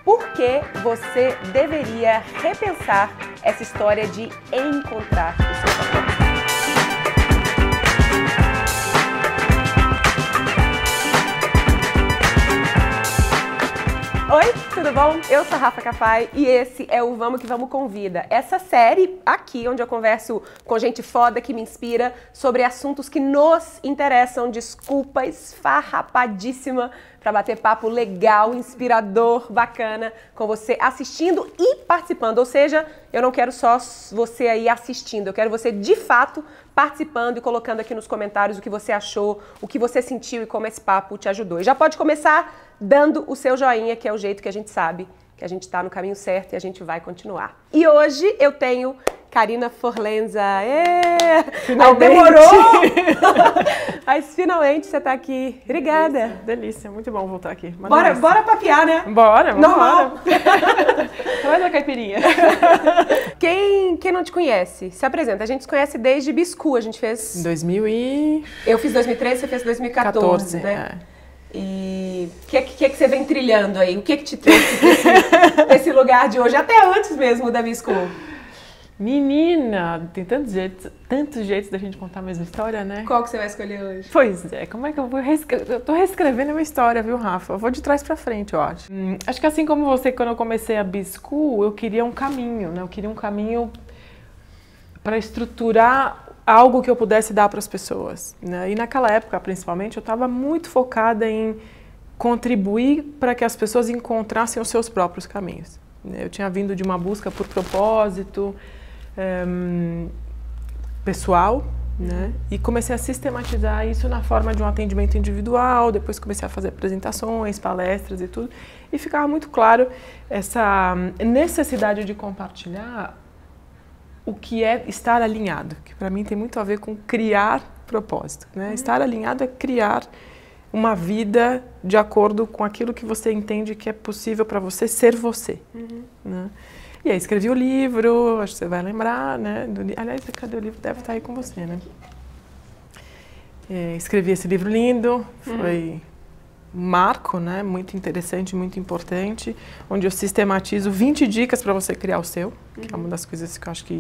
por que você deveria repensar essa história de encontrar o seu propósito. Oi, tudo bom? Eu sou a Rafa Cafai e esse é o Vamos Que Vamos Convida. Essa série aqui, onde eu converso com gente foda que me inspira sobre assuntos que nos interessam. Desculpa esfarrapadíssima para bater papo legal, inspirador, bacana com você assistindo e participando. Ou seja, eu não quero só você aí assistindo, eu quero você de fato participando e colocando aqui nos comentários o que você achou, o que você sentiu e como esse papo te ajudou. E já pode começar dando o seu joinha, que é o jeito que a gente sabe que a gente está no caminho certo e a gente vai continuar. E hoje eu tenho Karina Forlenza. Demorou! Mas finalmente você está aqui. Obrigada. Delícia, muito bom voltar aqui. Bora papiar, né? Bora, vamos normal. Traz a caipirinha. Quem não te conhece, se apresenta. A gente se conhece desde Biscu, a gente fez... 2000 e... Eu fiz 2013, você fez 2014, né? É. E o que você vem trilhando aí? O que te trouxe desse lugar de hoje? Até antes mesmo da Biscu. Menina, tem tantos jeitos da gente contar a mesma história, né? Qual que você vai escolher hoje? Pois é, como é que eu vou Eu tô reescrevendo a minha história, viu, Rafa? Eu vou de trás pra frente, eu acho. Acho que assim como você, quando eu comecei a Biscu, eu queria um caminho, né? Eu queria um caminho para estruturar algo que eu pudesse dar para as pessoas, né? E naquela época, principalmente, eu estava muito focada em contribuir para que as pessoas encontrassem os seus próprios caminhos. Eu tinha vindo de uma busca por propósito pessoal, né? E comecei a sistematizar isso na forma de um atendimento individual, depois comecei a fazer apresentações, palestras e tudo, e ficava muito claro essa necessidade de compartilhar o que é estar alinhado, que para mim tem muito a ver com criar propósito, né? Estar alinhado é criar uma vida de acordo com aquilo que você entende que é possível para você ser você, né? E aí escrevi o livro, acho que você vai lembrar, né? Aliás, cadê o livro? Deve estar aí com você, né? Escrevi esse livro lindo, foi um marco, né? Muito interessante, muito importante, onde eu sistematizo 20 dicas para você criar o seu, que é uma das coisas que eu acho que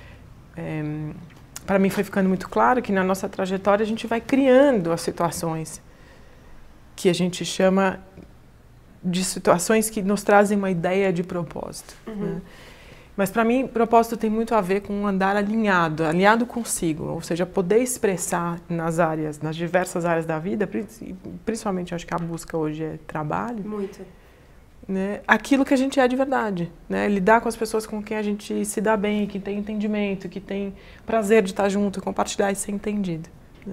para mim foi ficando muito claro que na nossa trajetória a gente vai criando as situações que a gente chama de situações que nos trazem uma ideia de propósito, né? Mas para mim, propósito tem muito a ver com andar alinhado consigo, ou seja, poder expressar nas diversas áreas da vida, principalmente acho que a busca hoje é trabalho, muito, né? Aquilo que a gente é de verdade, né? Lidar com as pessoas com quem a gente se dá bem, que tem entendimento, que tem prazer de estar junto, compartilhar e ser entendido, né?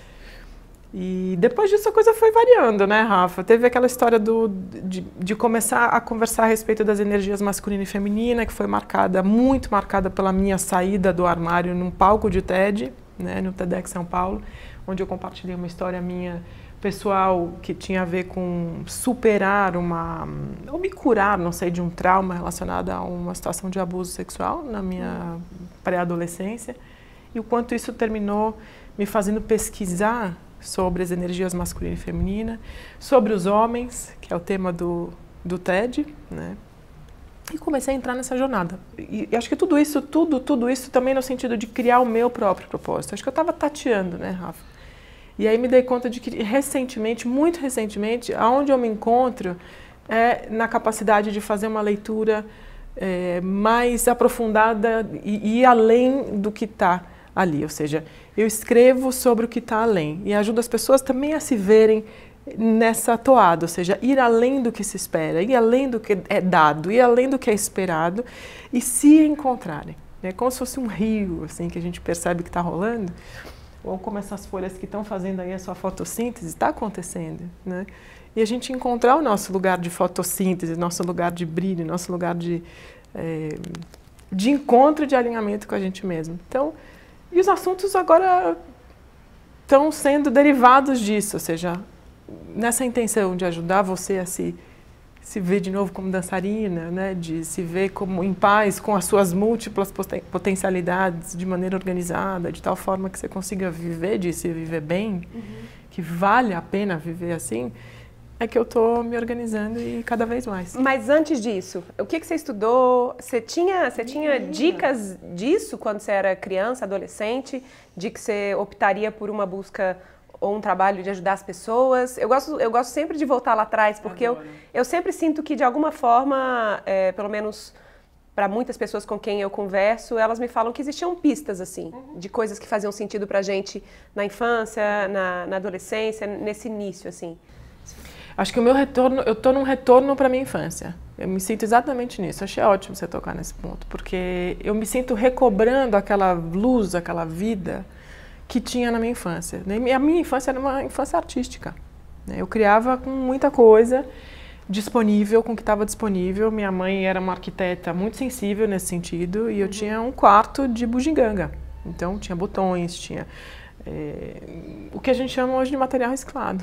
E depois disso a coisa foi variando, né, Rafa? Teve aquela história de começar a conversar a respeito das energias masculina e feminina, que foi muito marcada pela minha saída do armário num palco de TED, né, no TEDx São Paulo, onde eu compartilhei uma história minha pessoal que tinha a ver com superar ou me curar, não sei, de um trauma relacionado a uma situação de abuso sexual na minha pré-adolescência, e o quanto isso terminou me fazendo pesquisar sobre as energias masculina e feminina, sobre os homens, que é o tema do TED, né? E comecei a entrar nessa jornada. E acho que tudo isso também no sentido de criar o meu próprio propósito. Acho que eu estava tateando, né, Rafa? E aí me dei conta de que recentemente, muito recentemente, aonde eu me encontro é na capacidade de fazer uma leitura mais aprofundada e ir além do que está ali, ou seja, eu escrevo sobre o que está além e ajudo as pessoas também a se verem nessa toada, ou seja, ir além do que se espera, ir além do que é dado, ir além do que é esperado e se encontrarem, né? Como se fosse um rio, assim, que a gente percebe que está rolando, ou como essas folhas que estão fazendo aí a sua fotossíntese, está acontecendo, né? E a gente encontrar o nosso lugar de fotossíntese, nosso lugar de brilho, nosso lugar de encontro e de alinhamento com a gente mesmo. Então, e os assuntos agora estão sendo derivados disso, ou seja, nessa intenção de ajudar você a se ver de novo como dançarina, né? De se ver como em paz com as suas múltiplas potencialidades de maneira organizada, de tal forma que você consiga viver disso e viver bem, que vale a pena viver assim. é que eu tô me organizando e cada vez mais. Mas antes disso, o que você estudou? Você tinha dicas disso quando você era criança, adolescente? De que você optaria por uma busca ou um trabalho de ajudar as pessoas? Eu gosto sempre de voltar lá atrás, porque eu sempre sinto que, de alguma forma, pelo menos para muitas pessoas com quem eu converso, elas me falam que existiam pistas, assim, de coisas que faziam sentido pra gente na infância, na adolescência, nesse início, assim. Acho que o meu retorno, eu tô num retorno para minha infância. Eu me sinto exatamente nisso. Achei ótimo você tocar nesse ponto, porque eu me sinto recobrando aquela luz, aquela vida que tinha na minha infância. A minha infância era uma infância artística. Eu criava com muita coisa disponível, com o que estava disponível. Minha mãe era uma arquiteta muito sensível nesse sentido, e eu tinha um quarto de bugiganga. Então tinha botões, tinha o que a gente chama hoje de material reciclado.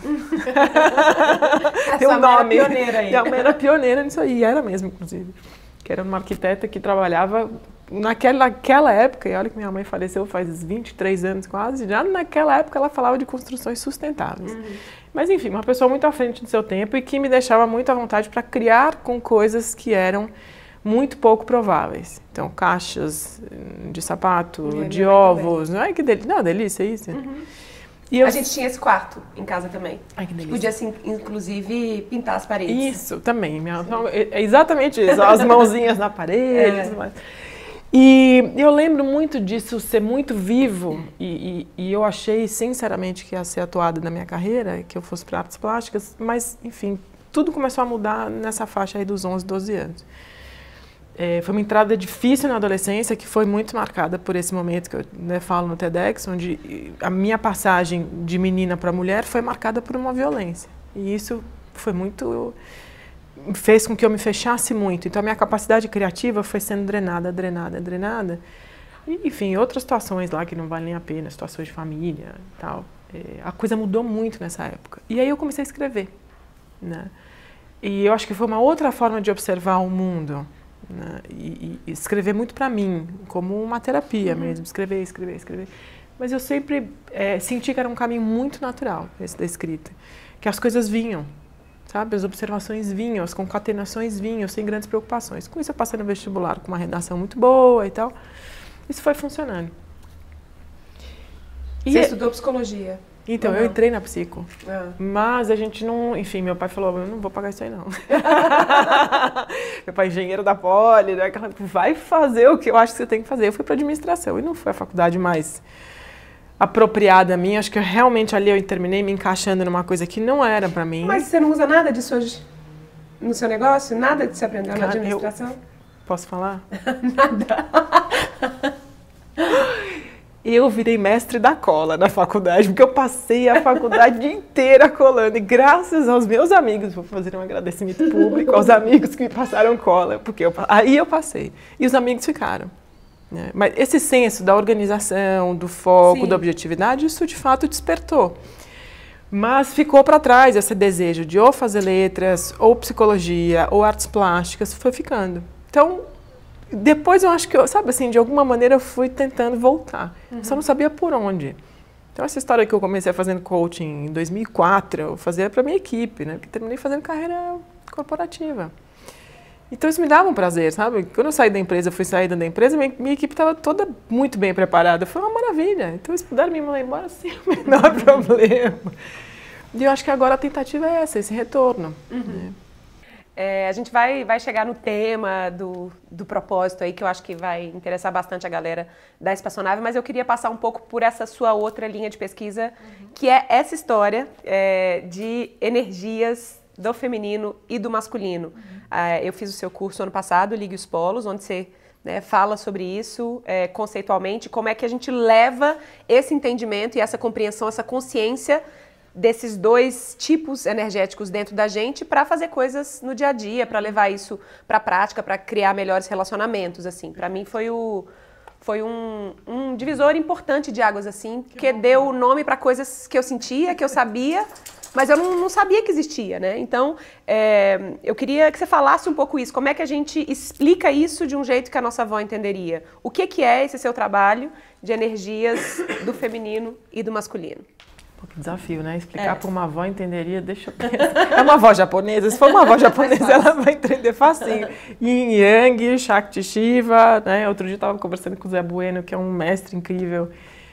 Tem um nome. Era pioneira aí. Era pioneira nisso aí, era mesmo, inclusive. Que era uma arquiteta que trabalhava naquela época, e olha que minha mãe faleceu faz 23 anos quase, já naquela época ela falava de construções sustentáveis. Mas enfim, uma pessoa muito à frente do seu tempo e que me deixava muito à vontade para criar com coisas que eram muito pouco prováveis. Então, caixas de sapato, de ovos. Ai, que delícia. Não, delícia isso. E a gente tinha esse quarto em casa também. Ai, que delícia. Podia, assim, inclusive, pintar as paredes. Isso, também. É exatamente isso. As mãozinhas na parede. E eu lembro muito disso ser muito vivo. E eu achei, sinceramente, que ia ser atuada na minha carreira, que eu fosse para artes plásticas. Mas, enfim, tudo começou a mudar nessa faixa aí dos 11, 12 anos. Foi uma entrada difícil na adolescência, que foi muito marcada por esse momento que eu falo no TEDx, onde a minha passagem de menina para mulher foi marcada por uma violência. E isso foi muito... fez com que eu me fechasse muito. Então a minha capacidade criativa foi sendo drenada. E, enfim, outras situações lá que não valem a pena, situações de família e tal. A coisa mudou muito nessa época. E aí eu comecei a escrever, né? E eu acho que foi uma outra forma de observar o mundo. Né? E escrever muito para mim, como uma terapia mesmo, escrever. Mas eu sempre senti que era um caminho muito natural, esse da escrita, que as coisas vinham, sabe? As observações vinham, as concatenações vinham, sem grandes preocupações. Com isso eu passei no vestibular com uma redação muito boa e tal, isso foi funcionando. Você estudou psicologia? Então, eu entrei na psico, mas a gente não... Enfim, meu pai falou, eu não vou pagar isso aí, não. Meu pai é engenheiro da Poli, né? Vai fazer o que eu acho que você tem que fazer. Eu fui para administração e não foi a faculdade mais apropriada a mim. Acho que realmente ali eu terminei me encaixando numa coisa que não era para mim. Mas você não usa nada disso hoje no seu negócio? Nada que você aprendeu na administração? Posso falar? Nada. Eu virei mestre da cola na faculdade, porque eu passei a faculdade inteira colando. E graças aos meus amigos, vou fazer um agradecimento público aos amigos que me passaram cola, porque aí eu passei. E os amigos ficaram. Né? Mas esse senso da organização, do foco, da objetividade, isso de fato despertou. Mas ficou para trás esse desejo de ou fazer letras, ou psicologia, ou artes plásticas, foi ficando. Então... depois eu acho que, sabe assim, de alguma maneira eu fui tentando voltar. Só não sabia por onde. Então essa história que eu comecei fazendo coaching em 2004, eu fazia para minha equipe, né? Porque terminei fazendo carreira corporativa. Então isso me dava um prazer, sabe? Quando eu saí da empresa, fui sair da empresa, minha equipe estava toda muito bem preparada. Foi uma maravilha. Então eles puderam me mandar embora sem o menor problema. E eu acho que agora a tentativa é essa, esse retorno. Né? A gente vai chegar no tema do propósito aí, que eu acho que vai interessar bastante a galera da Espaçonave, mas eu queria passar um pouco por essa sua outra linha de pesquisa, que é essa história de energias do feminino e do masculino. Eu fiz o seu curso ano passado, Ligue os Polos, onde você fala sobre isso conceitualmente, como é que a gente leva esse entendimento e essa compreensão, essa consciência desses dois tipos energéticos dentro da gente para fazer coisas no dia a dia, para levar isso para a prática, para criar melhores relacionamentos, assim. Para mim foi um divisor importante de águas, assim, que deu o nome para coisas que eu sentia, que eu sabia, mas eu não sabia que existia, né? Então, eu queria que você falasse um pouco isso. Como é que a gente explica isso de um jeito que a nossa avó entenderia? O que é esse seu trabalho de energias do feminino e do masculino? Pô, que desafio, né? Explicar para uma avó entenderia, deixa eu pensar. É uma avó japonesa? Se for uma avó japonesa, ela vai entender facinho. Yin Yang, Shakti Shiva, né? Outro dia eu estava conversando com o Zé Bueno, que é um mestre incrível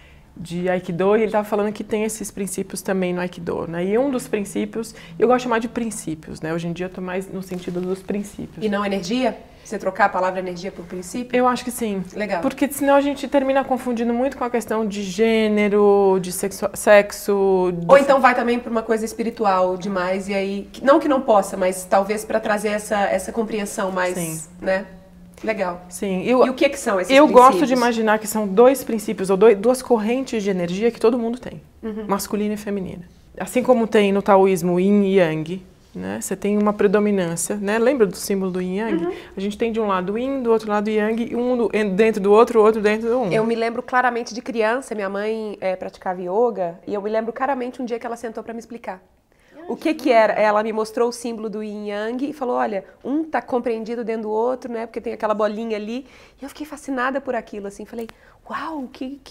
de Aikido, e ele estava falando que tem esses princípios também no Aikido, né? E um dos princípios, eu gosto de chamar de princípios, né? Hoje em dia eu estou mais no sentido dos princípios. E não energia? Você trocar a palavra energia por princípio? Eu acho que sim. Legal. Porque senão a gente termina confundindo muito com a questão de gênero, de sexo. Ou então vai também para uma coisa espiritual demais, e aí, não que não possa, mas talvez para trazer essa compreensão mais, sim, né? Legal. Sim. E o que são esses princípios? Eu gosto de imaginar que são dois princípios, ou duas correntes de energia que todo mundo tem, masculina e feminina. Assim como tem no taoísmo Yin e Yang, né? Você tem uma predominância, né? Lembra do símbolo do Yin e Yang? A gente tem de um lado o Yin, do outro lado o Yang, e um dentro do outro, o outro dentro do um. Eu me lembro claramente de criança, minha mãe praticava yoga, e eu me lembro claramente um dia que ela sentou para me explicar. O que era? Ela me mostrou o símbolo do Yin Yang e falou, olha, um tá compreendido dentro do outro, né? Porque tem aquela bolinha ali. E eu fiquei fascinada por aquilo, assim. Falei, uau,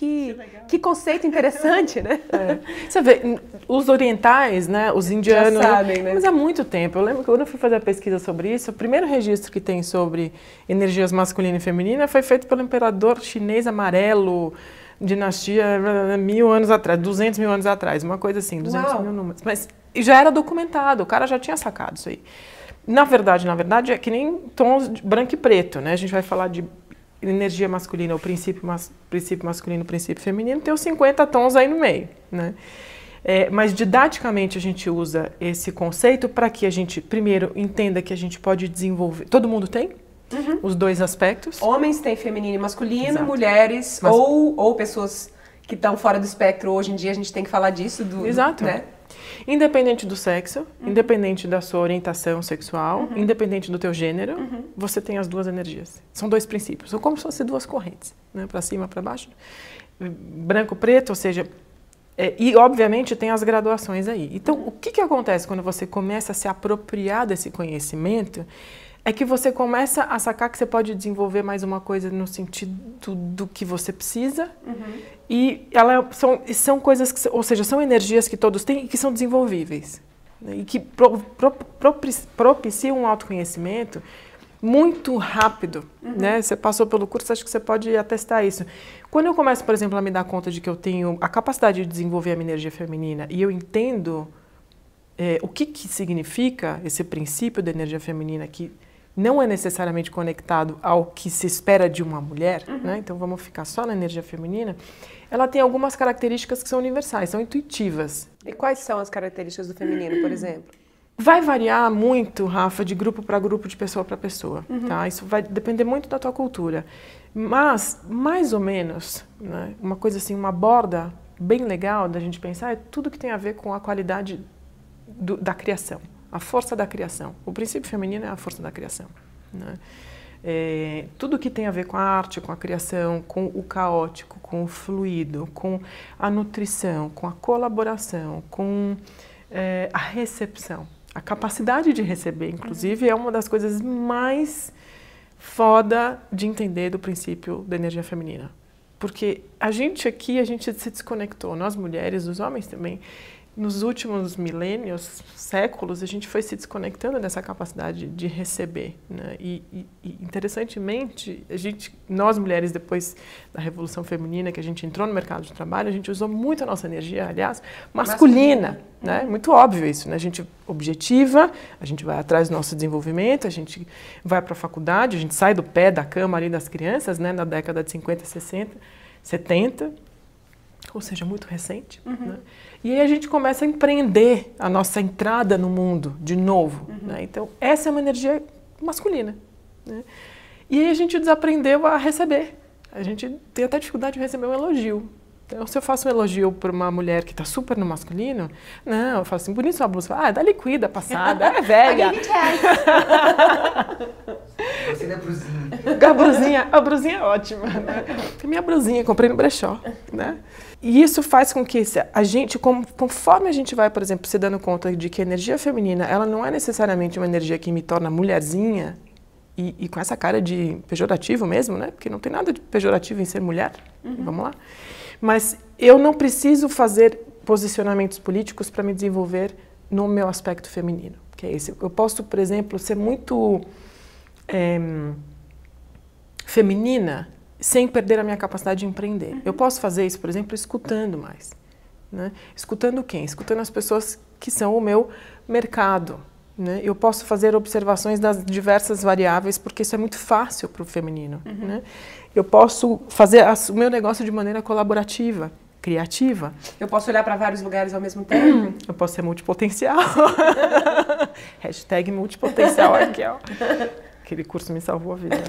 que conceito interessante, né? Você vê, os orientais, né? Os indianos... Já sabem, né? Mas há muito tempo. Eu lembro que quando eu fui fazer a pesquisa sobre isso, o primeiro registro que tem sobre energias masculina e feminina foi feito pelo imperador chinês amarelo, dinastia 1000 anos atrás, 200 mil anos atrás, uma coisa assim, 200 mil números. Mas já era documentado, o cara já tinha sacado isso aí. Na verdade, é que nem tons de branco e preto, né? A gente vai falar de energia masculina, o princípio masculino, o princípio feminino, tem os 50 tons aí no meio, né? Mas didaticamente a gente usa esse conceito para que a gente, primeiro, entenda que a gente pode desenvolver... Todo mundo tem? Os dois aspectos. Homens têm feminino e masculino, mulheres ou pessoas que estão fora do espectro. Hoje em dia a gente tem que falar disso. Exato. Né? Independente do sexo, independente da sua orientação sexual, independente do teu gênero, você tem as duas energias. São dois princípios. São como se fossem duas correntes, né? Para cima, para baixo. Branco, preto, ou seja... e, obviamente, tem as graduações aí. Então, o que acontece quando você começa a se apropriar desse conhecimento? É que você começa a sacar que você pode desenvolver mais uma coisa no sentido do que você precisa. E são coisas que, ou seja, são energias que todos têm e que são desenvolvíveis. Né? E que propiciam um autoconhecimento muito rápido. Né? Você passou pelo curso, acho que você pode atestar isso. Quando eu começo, por exemplo, a me dar conta de que eu tenho a capacidade de desenvolver a minha energia feminina e eu entendo o que significa esse princípio da energia feminina que não é necessariamente conectado ao que se espera de uma mulher, né? Então vamos ficar só na energia feminina, ela tem algumas características que são universais, são intuitivas. E quais são as características do feminino, por exemplo? Vai variar muito, Rafa, de grupo para grupo, de pessoa para pessoa, tá? Isso vai depender muito da tua cultura. Mas, mais ou menos, né, uma coisa assim, uma borda bem legal da gente pensar é tudo que tem a ver com a qualidade da criação. A força da criação. O princípio feminino é a força da criação. Né? Tudo que tem a ver com a arte, com a criação, com o caótico, com o fluido, com a nutrição, com a colaboração, com a recepção. A capacidade de receber, inclusive, é uma das coisas mais foda de entender do princípio da energia feminina. Porque a gente se desconectou, nós mulheres, os homens também, nos últimos milênios, séculos, a gente foi se desconectando dessa capacidade de receber. Né? E interessantemente, nós mulheres, depois da Revolução Feminina, que a gente entrou no mercado de trabalho, a gente usou muito a nossa energia, aliás, masculina. Né? Muito óbvio isso. Né? A gente objetiva, a gente vai atrás do nosso desenvolvimento, a gente vai para a faculdade, a gente sai do pé da cama ali das crianças, né? Na década de 50, 60, 70, ou seja, muito recente. Né? E aí a gente começa a empreender a nossa entrada no mundo de novo. Né? Então, essa é uma energia masculina. Né? E aí a gente desaprendeu a receber. A gente tem até dificuldade de receber um elogio. Então, se eu faço um elogio para uma mulher que está super no masculino, não, eu falo assim, bonito sua blusa. Ah, é da Liquida passada, é velha. Você da brusinha. A brusinha é ótima. Né? A minha brusinha, comprei no brechó. Né? E isso faz com que a gente, conforme a gente vai, por exemplo, se dando conta de que a energia feminina, ela não é necessariamente uma energia que me torna mulherzinha, e com essa cara de pejorativo mesmo, né? Porque não tem nada de pejorativo em ser mulher, vamos lá. Mas eu não preciso fazer posicionamentos políticos para me desenvolver no meu aspecto feminino, que é esse. Eu posso, por exemplo, ser muito feminina sem perder a minha capacidade de empreender. Eu posso fazer isso, por exemplo, escutando mais. Né? Escutando quem? Escutando as pessoas que são o meu mercado. Né? Eu posso fazer observações das diversas variáveis, porque isso é muito fácil para o feminino. Né? Eu posso fazer o meu negócio de maneira colaborativa, criativa. Eu posso olhar para vários lugares ao mesmo tempo? Eu posso ser multipotencial. Hashtag multipotencial aqui, ó. Aquele curso me salvou a vida.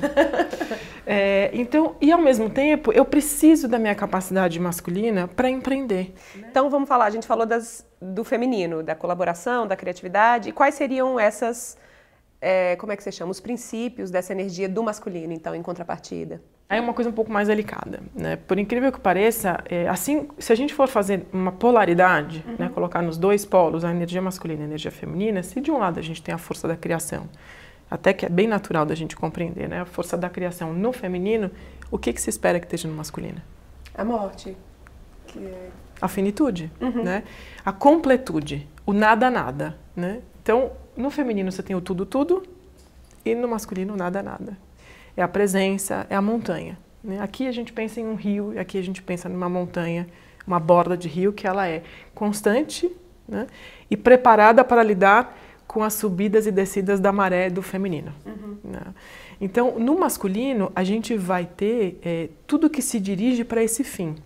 Então, e ao mesmo tempo, eu preciso da minha capacidade masculina para empreender. Então, vamos falar, a gente falou do feminino, da colaboração, da criatividade. E quais seriam essas, como é que você chama? Os princípios dessa energia do masculino, então, em contrapartida? Aí é uma coisa um pouco mais delicada, né? Por incrível que pareça, assim, se a gente for fazer uma polaridade, né, colocar nos dois polos, a energia masculina e a energia feminina, se de um lado a gente tem a força da criação, até que é bem natural da gente compreender, né? A força da criação no feminino, o que se espera que esteja no masculino? A morte. A finitude, né? A completude, o nada, né? Então, no feminino você tem o tudo, e no masculino o nada. É a presença, é a montanha. Né? Aqui a gente pensa em um rio, e aqui a gente pensa numa montanha, uma borda de rio que ela é constante, né? E preparada para lidar com as subidas e descidas da maré do feminino. Né? Então, no masculino, a gente vai ter tudo que se dirige para esse fim.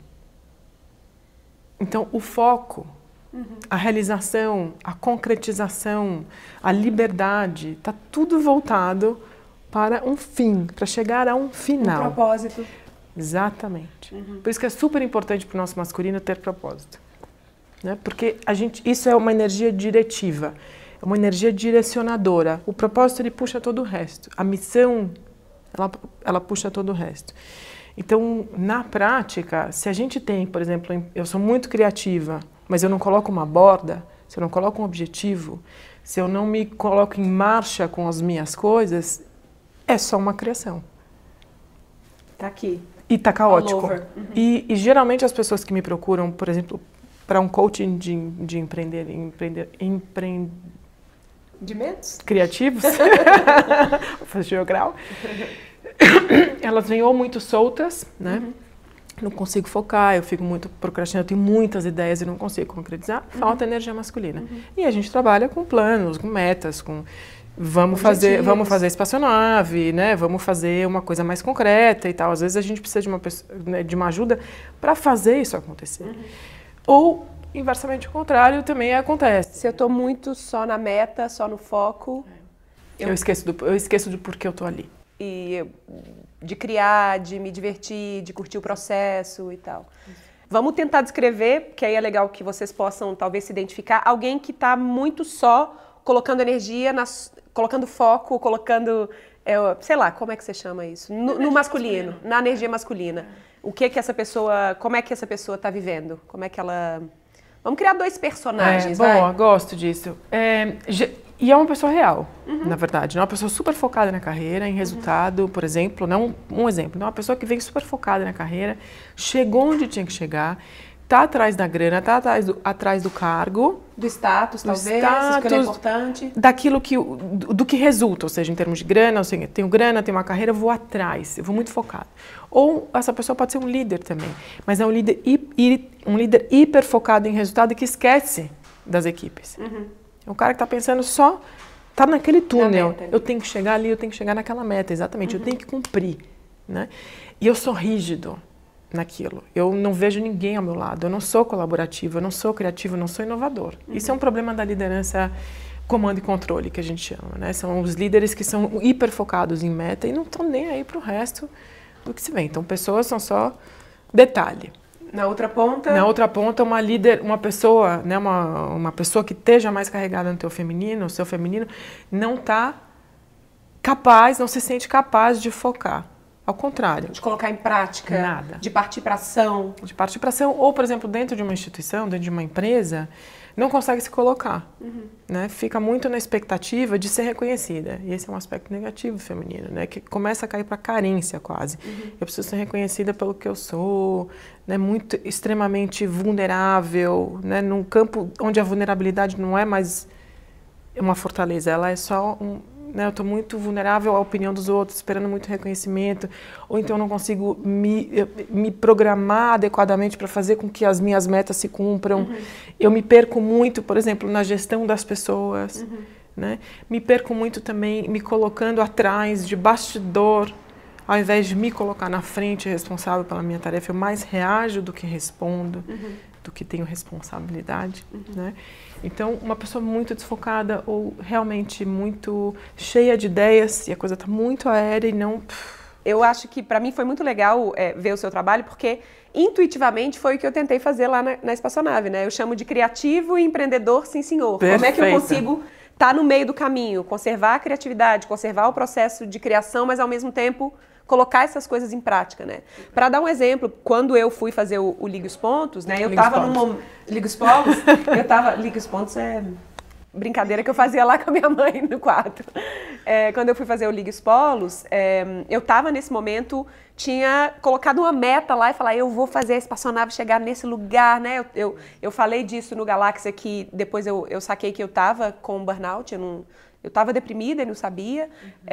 Então, o foco, a realização, a concretização, a liberdade, está tudo voltado para um fim, para chegar a um final. Um propósito. Exatamente. Por isso que é super importante para o nosso masculino ter propósito. Né? Porque isso é uma energia diretiva. É uma energia direcionadora. O propósito, ele puxa todo o resto. A missão, ela puxa todo o resto. Então, na prática, se a gente tem, por exemplo, eu sou muito criativa, mas eu não coloco uma borda, se eu não coloco um objetivo, se eu não me coloco em marcha com as minhas coisas, é só uma criação. Tá aqui. E tá caótico. E geralmente as pessoas que me procuram, por exemplo, para um coaching de Rendimentos? Criativos, vou fazer o grau, elas vêm ou muito soltas, né? Não consigo focar, eu fico muito procrastinando, eu tenho muitas ideias e não consigo concretizar, falta energia masculina. E a gente trabalha com planos, com metas, com vamos fazer espaçonave, né? Vamos fazer uma coisa mais concreta e tal. Às vezes a gente precisa de uma pessoa, né, de uma ajuda para fazer isso acontecer. Ou inversamente o contrário também acontece. Se eu estou muito só na meta, só no foco... Eu esqueço do porquê eu estou ali. E de criar, de me divertir, de curtir o processo e tal. Vamos tentar descrever, que aí é legal que vocês possam talvez se identificar, alguém que está muito só colocando energia, colocando foco, colocando, sei lá, como é que você chama isso? No masculino, na energia masculina. O que essa pessoa, como é que essa pessoa está vivendo? Como é que ela... Vamos criar dois personagens, boa, gosto disso. E é uma pessoa real, na verdade. Não é uma pessoa super focada na carreira, em resultado, por exemplo. Não um exemplo. Não é uma pessoa que vem super focada na carreira, chegou onde tinha que chegar, está atrás da grana, está atrás do cargo. Do status, talvez, isso que é importante. Do que resulta, ou seja, em termos de grana, ou seja, tenho grana, tenho uma carreira, eu vou atrás, eu vou muito focado. Ou essa pessoa pode ser um líder também, mas é um líder hiper focado em resultado e que esquece das equipes. É um cara que está pensando só, está naquele túnel, eu tenho que chegar ali, eu tenho que chegar naquela meta, exatamente, eu tenho que cumprir. Né? E eu sou rígido naquilo, eu não vejo ninguém ao meu lado, eu não sou colaborativo, eu não sou criativo, eu não sou inovador. Isso é um problema da liderança comando e controle, que a gente chama. Né? São os líderes que são hiper focados em meta e não estão nem aí para o resto do que se vê. Então, pessoas são só detalhe. Na outra ponta? Na outra ponta, uma pessoa, né, uma pessoa que esteja mais carregada no teu feminino, o seu feminino, não está capaz, não se sente capaz de focar. Ao contrário. De colocar em prática. Nada. De partir para ação. De partir para ação. Ou, por exemplo, dentro de uma instituição, dentro de uma empresa, não consegue se colocar, né? Fica muito na expectativa de ser reconhecida. E esse é um aspecto negativo feminino, né? Que começa a cair para carência quase. Eu preciso ser reconhecida pelo que eu sou, né? Muito extremamente vulnerável, né? Num campo onde a vulnerabilidade não é mais uma fortaleza, ela é só né, eu estou muito vulnerável à opinião dos outros, esperando muito reconhecimento, ou então eu não consigo me programar adequadamente para fazer com que as minhas metas se cumpram. Eu me perco muito, por exemplo, na gestão das pessoas. Né? Me perco muito também me colocando atrás, de bastidor, ao invés de me colocar na frente responsável pela minha tarefa. Eu mais reajo do que respondo, do que tenho responsabilidade. Né? Então, uma pessoa muito desfocada ou realmente muito cheia de ideias e a coisa está muito aérea e não... Eu acho que para mim foi muito legal ver o seu trabalho, porque intuitivamente foi o que eu tentei fazer lá na espaçonave, né? Eu chamo de criativo e empreendedor, sim senhor. Perfeita. Como é que eu consigo estar no meio do caminho, conservar a criatividade, conservar o processo de criação, mas ao mesmo tempo colocar essas coisas em prática, né? Para dar um exemplo, quando eu fui fazer o Ligue os Pontos, né? Eu estava num Ligue os Polos, Ligue os Pontos é brincadeira que eu fazia lá com a minha mãe no quarto. Quando eu fui fazer o Ligue os Polos, eu estava nesse momento, tinha colocado uma meta lá e falar, eu vou fazer a espaçonave chegar nesse lugar, né? Eu falei disso no Galáxia, que depois eu saquei que eu estava com burnout, eu estava deprimida e não sabia.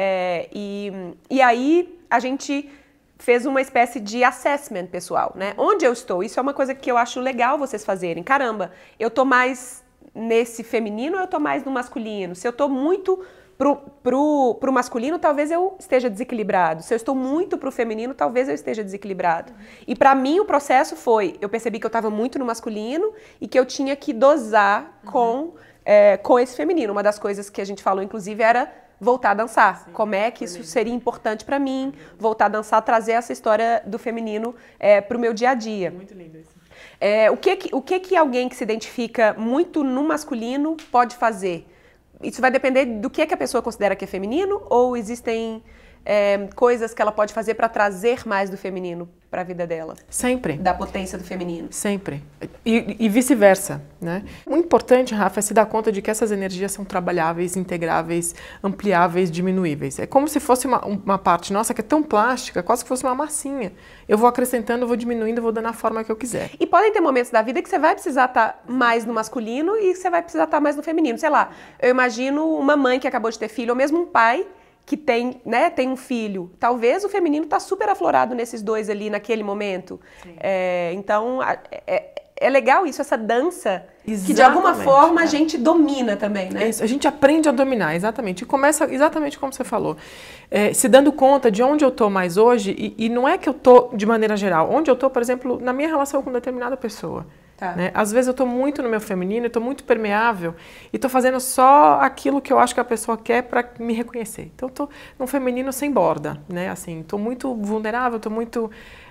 E aí a gente fez uma espécie de assessment pessoal, né? Onde eu estou? Isso é uma coisa que eu acho legal vocês fazerem. Caramba, eu tô mais nesse feminino ou eu tô mais no masculino? Se eu tô muito pro masculino, talvez eu esteja desequilibrado. Se eu estou muito pro feminino, talvez eu esteja desequilibrado. E para mim o processo foi, eu percebi que eu estava muito no masculino e que eu tinha que dosar com esse feminino. Uma das coisas que a gente falou, inclusive, era voltar a dançar. Sim, como é que isso seria importante para mim, voltar a dançar, trazer essa história do feminino para o meu dia a dia. Muito lindo isso. O que alguém que se identifica muito no masculino pode fazer? Isso vai depender do que a pessoa considera que é feminino, ou existem coisas que ela pode fazer para trazer mais do feminino para a vida dela? Sempre. Da potência do feminino. Sempre. E vice-versa, né? O importante, Rafa, é se dar conta de que essas energias são trabalháveis, integráveis, ampliáveis, diminuíveis. É como se fosse uma parte nossa que é tão plástica, quase que fosse uma massinha. Eu vou acrescentando, vou diminuindo, vou dando a forma que eu quiser. E podem ter momentos da vida que você vai precisar estar mais no masculino e você vai precisar estar mais no feminino. Sei lá, eu imagino uma mãe que acabou de ter filho, ou mesmo um pai que tem um filho. Talvez o feminino está super aflorado nesses dois ali naquele momento. Então, é legal isso, essa dança, exatamente, que de alguma forma a gente domina também, né? Isso, a gente aprende a dominar, exatamente. E começa exatamente como você falou. Se dando conta de onde eu estou mais hoje, e não é que eu estou de maneira geral, onde eu estou, por exemplo, na minha relação com determinada pessoa. Tá. Né? Às vezes eu estou muito no meu feminino, estou muito permeável e estou fazendo só aquilo que eu acho que a pessoa quer para me reconhecer. Então, estou num feminino sem borda, né? Assim, estou muito vulnerável, estou muito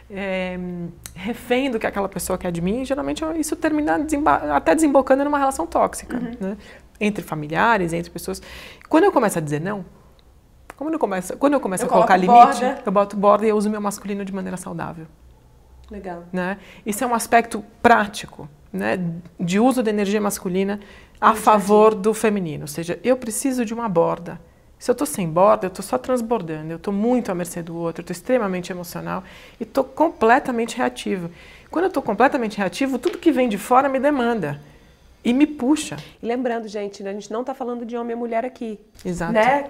refém do que aquela pessoa quer de mim. E, geralmente isso termina até desembocando numa relação tóxica, né? Entre familiares, entre pessoas. Quando eu começo a dizer não, quando eu começo a colocar limite, eu boto borda e eu uso meu masculino de maneira saudável. Legal. Né? Isso é um aspecto prático, né, de uso da energia masculina a favor do feminino. Ou seja, eu preciso de uma borda. Se eu estou sem borda, eu estou só transbordando. Eu estou muito à mercê do outro, eu estou extremamente emocional e estou completamente reativo. Quando eu estou completamente reativo, tudo que vem de fora me demanda e me puxa. E lembrando, gente, a gente não está falando de homem e mulher aqui. Exato. Né?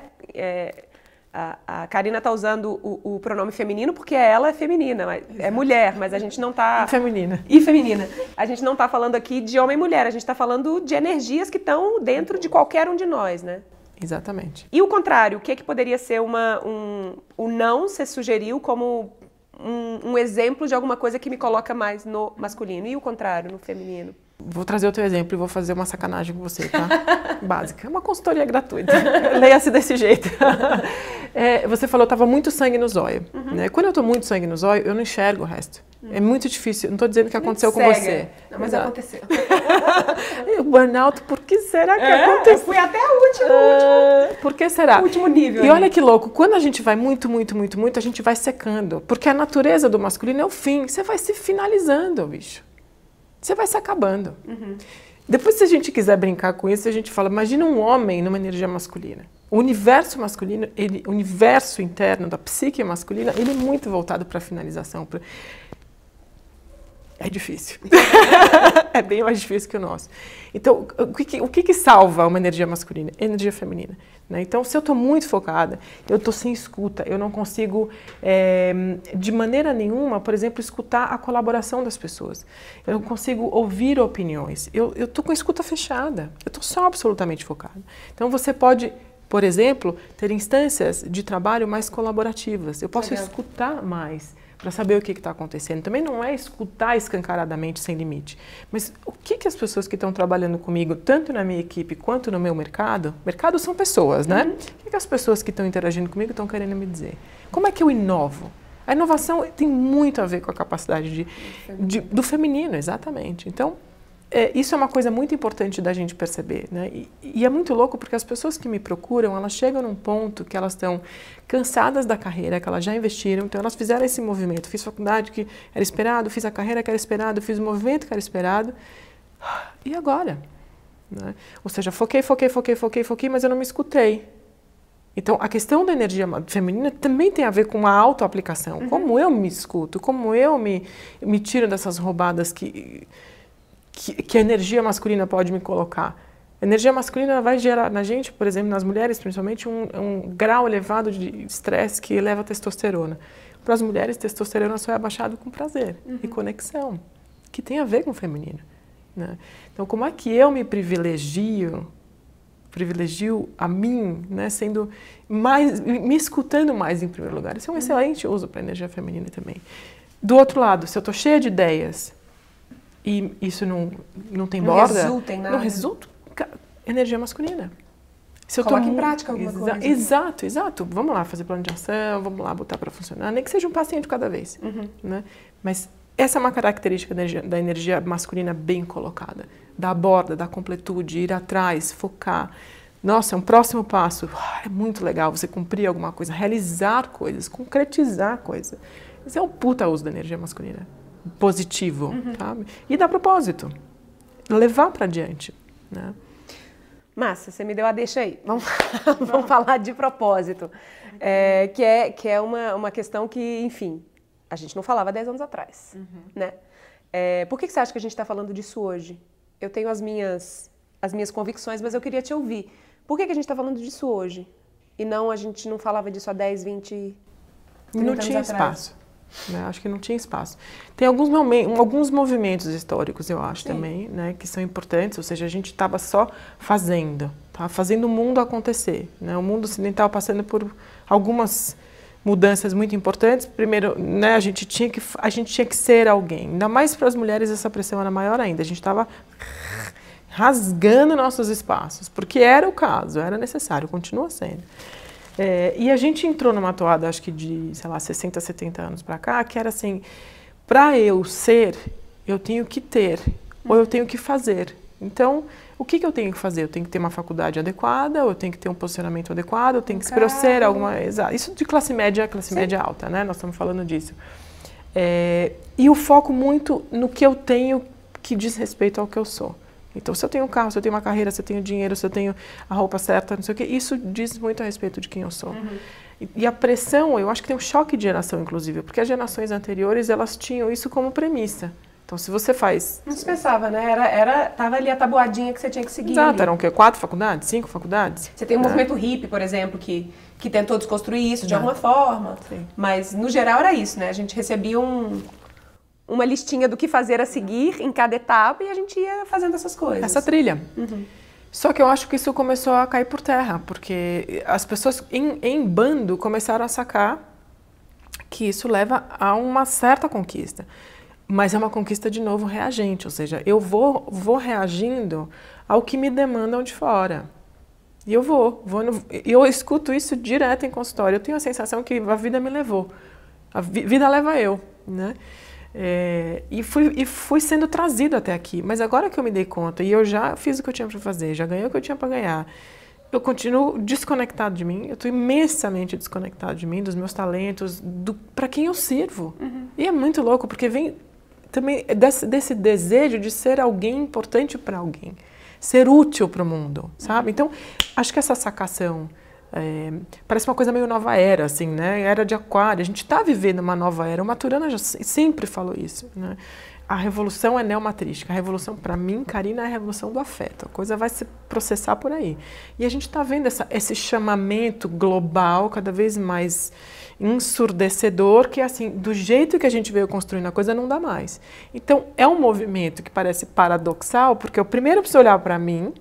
A Karina está usando o pronome feminino porque ela é feminina, é mulher, mas a gente não está... E feminina. A gente não está falando aqui de homem e mulher, a gente está falando de energias que estão dentro de qualquer um de nós, né? Exatamente. E o contrário, o que poderia ser o não, você sugeriu como um exemplo de alguma coisa que me coloca mais no masculino, e o contrário, no feminino? Vou trazer outro exemplo e vou fazer uma sacanagem com você, tá? Básica. É uma consultoria gratuita. Leia-se desse jeito. Você falou que estava muito sangue no zóio. Né? Quando eu estou muito sangue no zóio, eu não enxergo o resto. É muito difícil. Não estou dizendo que aconteceu com você. Não, mas aconteceu. O burnout, por que será que aconteceu? Eu fui até o último. Por que será? O último nível. E olha que louco. Quando a gente vai muito, a gente vai secando. Porque a natureza do masculino é o fim. Você vai se finalizando, bicho. Você vai se acabando. Depois, se a gente quiser brincar com isso, a gente fala, imagina um homem numa energia masculina. O universo masculino, o universo interno da psique masculina, ele é muito voltado para a finalização. É difícil. É bem mais difícil que o nosso. Então, o que salva uma energia masculina? Energia feminina. Né? Então, se eu estou muito focada, eu estou sem escuta, eu não consigo, de maneira nenhuma, por exemplo, escutar a colaboração das pessoas. Eu não consigo ouvir opiniões. Eu estou com a escuta fechada. Eu estou só absolutamente focada. Então, você pode, por exemplo, ter instâncias de trabalho mais colaborativas. Eu posso escutar mais para saber o que está acontecendo. Também não é escutar escancaradamente, sem limite. Mas o que as pessoas que estão trabalhando comigo, tanto na minha equipe quanto no meu mercado são pessoas, né? O que as pessoas que estão interagindo comigo estão querendo me dizer? Como é que eu inovo? A inovação tem muito a ver com a capacidade do feminino, exatamente. Então, isso é uma coisa muito importante da gente perceber, né? E é muito louco porque as pessoas que me procuram, elas chegam num ponto que elas estão cansadas da carreira, que elas já investiram, então elas fizeram esse movimento. Fiz faculdade que era esperado, fiz a carreira que era esperado, fiz o movimento que era esperado. E agora? Né? Ou seja, foquei, mas eu não me escutei. Então, a questão da energia feminina também tem a ver com a autoaplicação. Como eu me escuto, como eu me tiro dessas roubadas que a energia masculina pode me colocar. A energia masculina vai gerar na gente, por exemplo, nas mulheres principalmente, um grau elevado de estresse que eleva a testosterona. Para as mulheres, testosterona só é abaixado com prazer e conexão, que tem a ver com o feminino. Né? Então, como é que eu me privilegio a mim, né, sendo mais, me escutando mais em primeiro lugar? Isso é um excelente uso para a energia feminina também. Do outro lado, se eu estou cheia de ideias, e isso não tem borda, resulta em nada. Não resulta, energia masculina. Se eu coloca em prática alguma coisa. Exato. Vamos lá fazer plano de ação, vamos lá botar para funcionar, nem que seja um passinho de cada vez. Né? Mas essa é uma característica da energia masculina bem colocada. Da borda, da completude, ir atrás, focar. Nossa, é um próximo passo. É muito legal você cumprir alguma coisa, realizar coisas, concretizar coisas. Isso é um puta uso da energia masculina. Positivo, sabe? E dá propósito, levar para adiante, né? Massa, você me deu a deixa aí. Vamos falar de propósito, que é uma questão que, enfim, a gente não falava 10 anos atrás, né? Por que você acha que a gente está falando disso hoje? Eu tenho as minhas convicções, mas eu queria te ouvir. Por que a gente está falando disso hoje? E não, a gente não falava disso há 10, 20, 30 não anos tinha atrás? Espaço. Né? Acho que não tinha espaço. Tem alguns movimentos históricos, eu acho, também, né, que são importantes, ou seja, a gente estava só fazendo o mundo acontecer. Né? O mundo ocidental passando por algumas mudanças muito importantes. Primeiro, né, a gente tinha que ser alguém. Ainda mais para as mulheres essa pressão era maior ainda. A gente estava rasgando nossos espaços, porque era o caso, era necessário, continua sendo. E a gente entrou numa toada, acho que de, sei lá, 60, 70 anos para cá, que era assim, para eu ser, eu tenho que ter, ou eu tenho que fazer. Então, o que eu tenho que fazer? Eu tenho que ter uma faculdade adequada, eu tenho que ter um posicionamento adequado, eu tenho que ser alguma... Isso de classe média alta, né? Nós estamos falando disso. E o foco muito no que eu tenho que diz respeito ao que eu sou. Então, se eu tenho um carro, se eu tenho uma carreira, se eu tenho dinheiro, se eu tenho a roupa certa, não sei o quê, isso diz muito a respeito de quem eu sou. E a pressão, eu acho que tem um choque de geração, inclusive, porque as gerações anteriores, elas tinham isso como premissa. Então, se você faz... Não se pensava, né? Tava ali a tabuadinha que você tinha que seguir. Exato, eram o quê? 4 faculdades? 5 faculdades? Você tem o movimento hippie, por exemplo, que tentou desconstruir isso de alguma forma. Sim. Mas, no geral, era isso, né? A gente recebia uma listinha do que fazer a seguir em cada etapa e a gente ia fazendo essas coisas. Essa trilha. Só que eu acho que isso começou a cair por terra, porque as pessoas em bando começaram a sacar que isso leva a uma certa conquista. Mas é uma conquista, de novo, reagente, ou seja, eu vou reagindo ao que me demandam de fora. E eu escuto isso direto em consultório. Eu tenho a sensação que a vida me levou. A vida leva eu, né? E fui sendo trazido até aqui. Mas agora que eu me dei conta, e eu já fiz o que eu tinha para fazer, já ganhei o que eu tinha para ganhar, eu continuo desconectado de mim, eu estou imensamente desconectado de mim, dos meus talentos, para quem eu sirvo. E é muito louco, porque também desse desejo de ser alguém importante para alguém, ser útil para o mundo, sabe? Então, acho que essa sacação parece uma coisa meio nova era, assim, né? Era de Aquário, a gente está vivendo uma nova era. O Maturana já sempre falou isso, né? A revolução é neomatrística. A revolução, para mim, Karina, é a revolução do afeto. A coisa vai se processar por aí. E a gente está vendo esse chamamento global cada vez mais ensurdecedor, que assim, do jeito que a gente veio construindo a coisa, não dá mais. Então, é um movimento que parece paradoxal, porque eu primeiro preciso olhar para mim,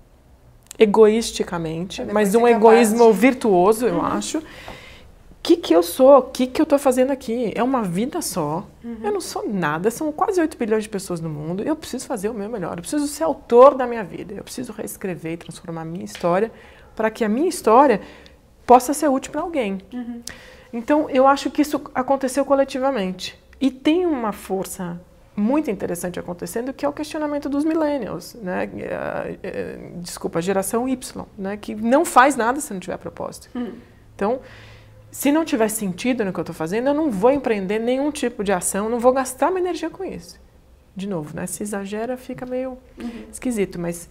egoisticamente, mas um egoísmo virtuoso, eu acho. O que eu sou? O que eu estou fazendo aqui? É uma vida só. Eu não sou nada. São quase 8 bilhões de pessoas no mundo. Eu preciso fazer o meu melhor. Eu preciso ser autor da minha vida. Eu preciso reescrever e transformar a minha história para que a minha história possa ser útil para alguém. Então, eu acho que isso aconteceu coletivamente. E tem uma força muito interessante acontecendo, que é o questionamento dos millennials, né? Desculpa, a geração Y, né? Que não faz nada se não tiver propósito. Então, se não tiver sentido no que eu estou fazendo, eu não vou empreender nenhum tipo de ação, não vou gastar minha energia com isso. De novo, né? Se exagera, fica meio esquisito, mas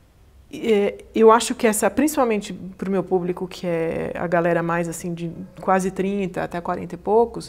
eu acho que principalmente para o meu público, que é a galera mais assim de quase 30 até 40 e poucos,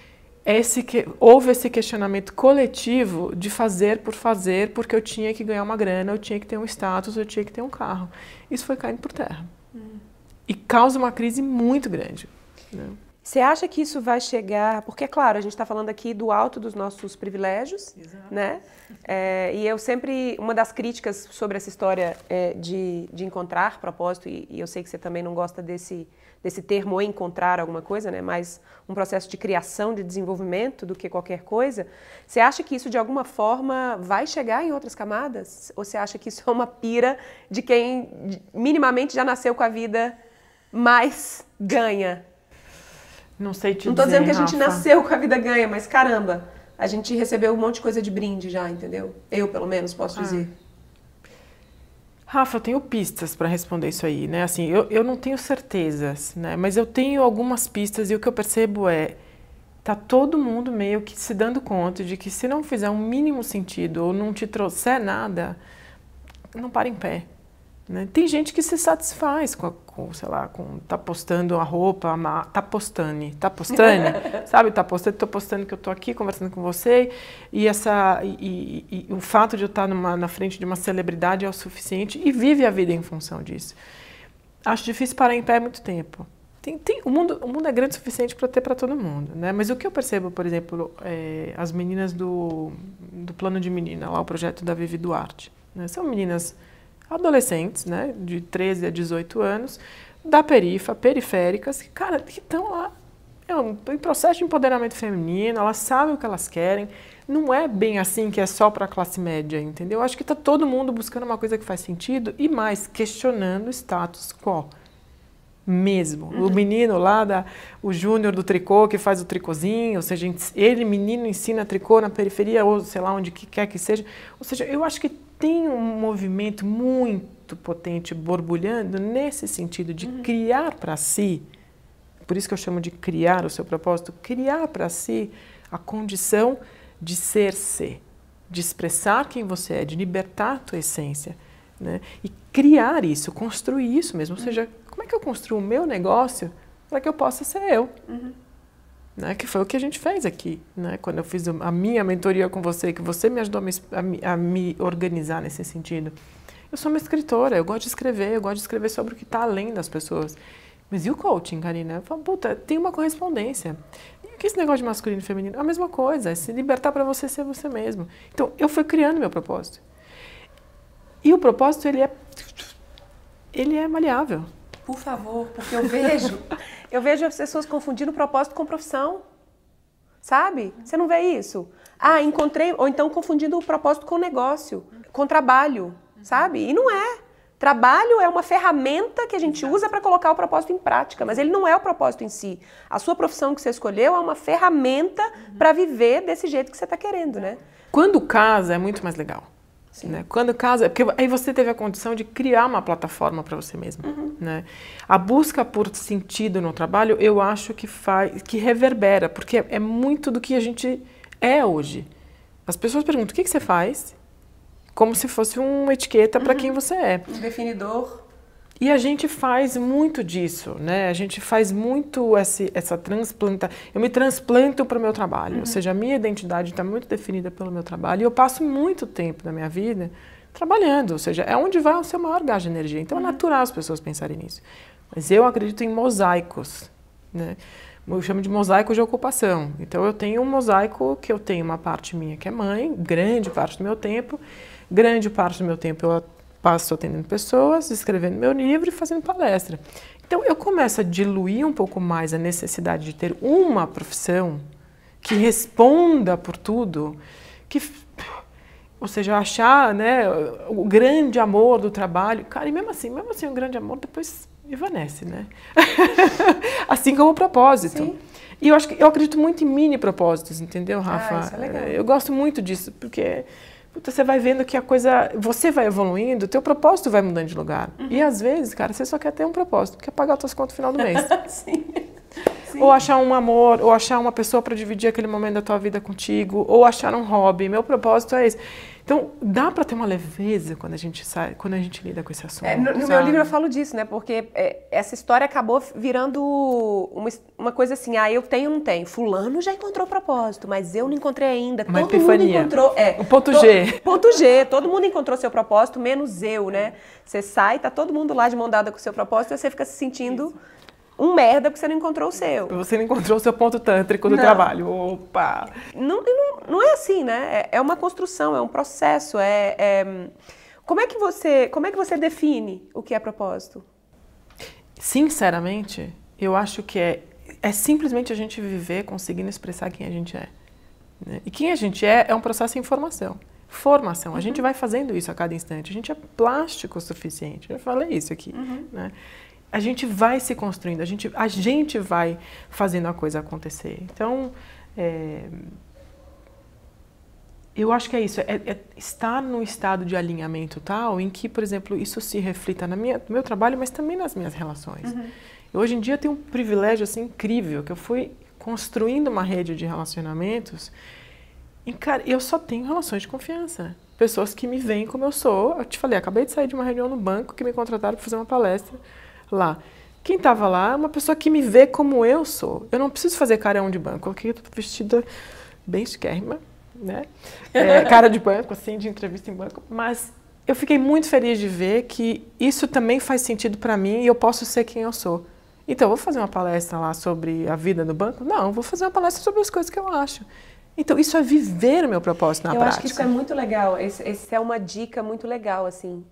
houve esse questionamento coletivo de fazer por fazer, porque eu tinha que ganhar uma grana, eu tinha que ter um status, eu tinha que ter um carro. Isso foi caindo por terra. E causa uma crise muito grande. Você acha que isso vai chegar... Porque, claro, a gente está falando aqui do alto dos nossos privilégios, né? E eu sempre... Uma das críticas sobre essa história de encontrar propósito, e eu sei que você também não gosta desse termo encontrar alguma coisa, né? Mais um processo de criação, de desenvolvimento do que qualquer coisa. Você acha que isso, de alguma forma, vai chegar em outras camadas? Ou você acha que isso é uma pira de quem minimamente já nasceu com a vida mais ganha? Não sei te dizer, Não estou dizendo que a gente Rafa. nasceu com a vida ganha, mas caramba, a gente recebeu um monte de coisa de brinde já, entendeu? Eu, pelo menos, posso dizer. Rafa, eu tenho pistas para responder isso aí, né? Assim, eu não tenho certezas, né? Mas eu tenho algumas pistas e o que eu percebo tá todo mundo meio que se dando conta de que se não fizer um mínimo sentido ou não te trouxer nada, não para em pé. Né? Tem gente que se satisfaz sei lá, tá postando a roupa, tá postando, sabe? Tá postando, tô postando que eu tô aqui conversando com você e o fato de eu estar na frente de uma celebridade é o suficiente e vive a vida em função disso. Acho difícil parar em pé há muito tempo. O mundo é grande o suficiente para ter para todo mundo, né? Mas o que eu percebo, por exemplo, as meninas do Plano de Menina, lá o projeto da Vivi Duarte, né? São meninas adolescentes, né, de 13 a 18 anos, periféricas, que estão lá. É um processo de empoderamento feminino, elas sabem o que elas querem. Não é bem assim que é só para a classe média, entendeu? Acho que está todo mundo buscando uma coisa que faz sentido e mais, questionando o status quo. Mesmo. O menino lá, o Júnior do tricô, que faz o tricôzinho, ou seja, menino ensina tricô na periferia, ou sei lá, onde quer que seja. Ou seja, eu acho que tem um movimento muito potente borbulhando nesse sentido de criar para si, por isso que eu chamo de criar o seu propósito, criar para si a condição de ser-se, de expressar quem você é, de libertar a tua essência, né? E criar isso, construir isso mesmo, ou seja, como é que eu construo o meu negócio para que eu possa ser eu? Né, que foi o que a gente fez aqui, né, quando eu fiz a minha mentoria com você, que você me ajudou a me organizar nesse sentido. Eu sou uma escritora, eu gosto de escrever sobre o que está além das pessoas. Mas e o coaching, Karina? Eu falo, puta, tem uma correspondência. E o que esse negócio de masculino e feminino? A mesma coisa, é se libertar para você ser você mesmo. Então, eu fui criando meu propósito. E o propósito, ele é maleável. Por favor, porque eu vejo as pessoas confundindo propósito com profissão, sabe? Você não vê isso? Encontrei, ou então confundindo o propósito com negócio, com trabalho, sabe? E não é. Trabalho é uma ferramenta que a gente usa para colocar o propósito em prática, mas ele não é o propósito em si. A sua profissão que você escolheu é uma ferramenta para viver desse jeito que você está querendo, né? Quando casa é muito mais legal. Né? Quando casa, porque aí você teve a condição de criar uma plataforma para você mesmo. Né? A busca por sentido no trabalho, eu acho que reverbera, porque é muito do que a gente é hoje. As pessoas perguntam, o que você faz? Como se fosse uma etiqueta para quem você é. Um definidor. E a gente faz muito disso, né? A gente faz muito essa transplantação. Eu me transplanto para o meu trabalho, ou seja, a minha identidade está muito definida pelo meu trabalho. E eu passo muito tempo da minha vida trabalhando, ou seja, é onde vai o seu maior gasto de energia. Então é natural as pessoas pensarem nisso. Mas eu acredito em mosaicos, né? Eu chamo de mosaico de ocupação. Então eu tenho um mosaico que eu tenho uma parte minha que é mãe, grande parte do meu tempo. Grande parte do meu tempo eu passo atendendo pessoas, escrevendo meu livro e fazendo palestra. Então eu começo a diluir um pouco mais a necessidade de ter uma profissão que responda por tudo, ou seja, achar, né, o grande amor do trabalho. Cara, e mesmo assim o grande amor depois evanece, né? Assim como o propósito. Sim. E eu acredito muito em mini propósitos, entendeu, Rafa? Isso é legal. Eu gosto muito disso, porque você vai vendo que a coisa, você vai evoluindo, o teu propósito vai mudando de lugar. E às vezes, cara, você só quer ter um propósito, quer pagar as tuas contas no final do mês. Sim. Sim. Ou achar um amor, ou achar uma pessoa para dividir aquele momento da tua vida contigo, ou achar um hobby. Meu propósito é esse. Então, dá para ter uma leveza quando a gente lida com esse assunto. No meu livro eu falo disso, né? Porque essa história acabou virando uma coisa assim, eu tenho, não tenho. Fulano já encontrou o propósito, mas eu não encontrei ainda. Uma todo epifania. mundo encontrou. O ponto G. Ponto G. Todo mundo encontrou seu propósito, menos eu, né? Você sai, tá todo mundo lá de mão dada com o seu propósito e você fica se sentindo um merda porque você não encontrou o seu. Você não encontrou o seu ponto tântrico do trabalho. Opa! Não é assim, né? É uma construção, é um processo. Como é que você define o que é propósito? Sinceramente, eu acho que é simplesmente a gente viver conseguindo expressar quem a gente é. Né? E quem a gente é um processo de informação. Formação. A gente vai fazendo isso a cada instante. A gente é plástico o suficiente. Eu falei isso aqui. Né? A gente vai se construindo, a gente vai fazendo a coisa acontecer. Então, eu acho que é isso, estar num estado de alinhamento tal em que, por exemplo, isso se reflita no meu trabalho, mas também nas minhas relações. Eu, hoje em dia, tenho um privilégio assim, incrível, que eu fui construindo uma rede de relacionamentos e, cara, eu só tenho relações de confiança. Pessoas que me veem como eu sou. Eu te falei, acabei de sair de uma reunião no banco que me contrataram para fazer uma palestra lá. Quem estava lá é uma pessoa que me vê como eu sou. Eu não preciso fazer carão de banco. Eu estou vestida bem esquerma, né? Cara de banco, assim, de entrevista em banco. Mas eu fiquei muito feliz de ver que isso também faz sentido para mim e eu posso ser quem eu sou. Então, eu vou fazer uma palestra lá sobre a vida no banco? Não, eu vou fazer uma palestra sobre as coisas que eu acho. Então, isso é viver o meu propósito na prática. Eu acho que isso é muito legal. Essa é uma dica muito legal, assim.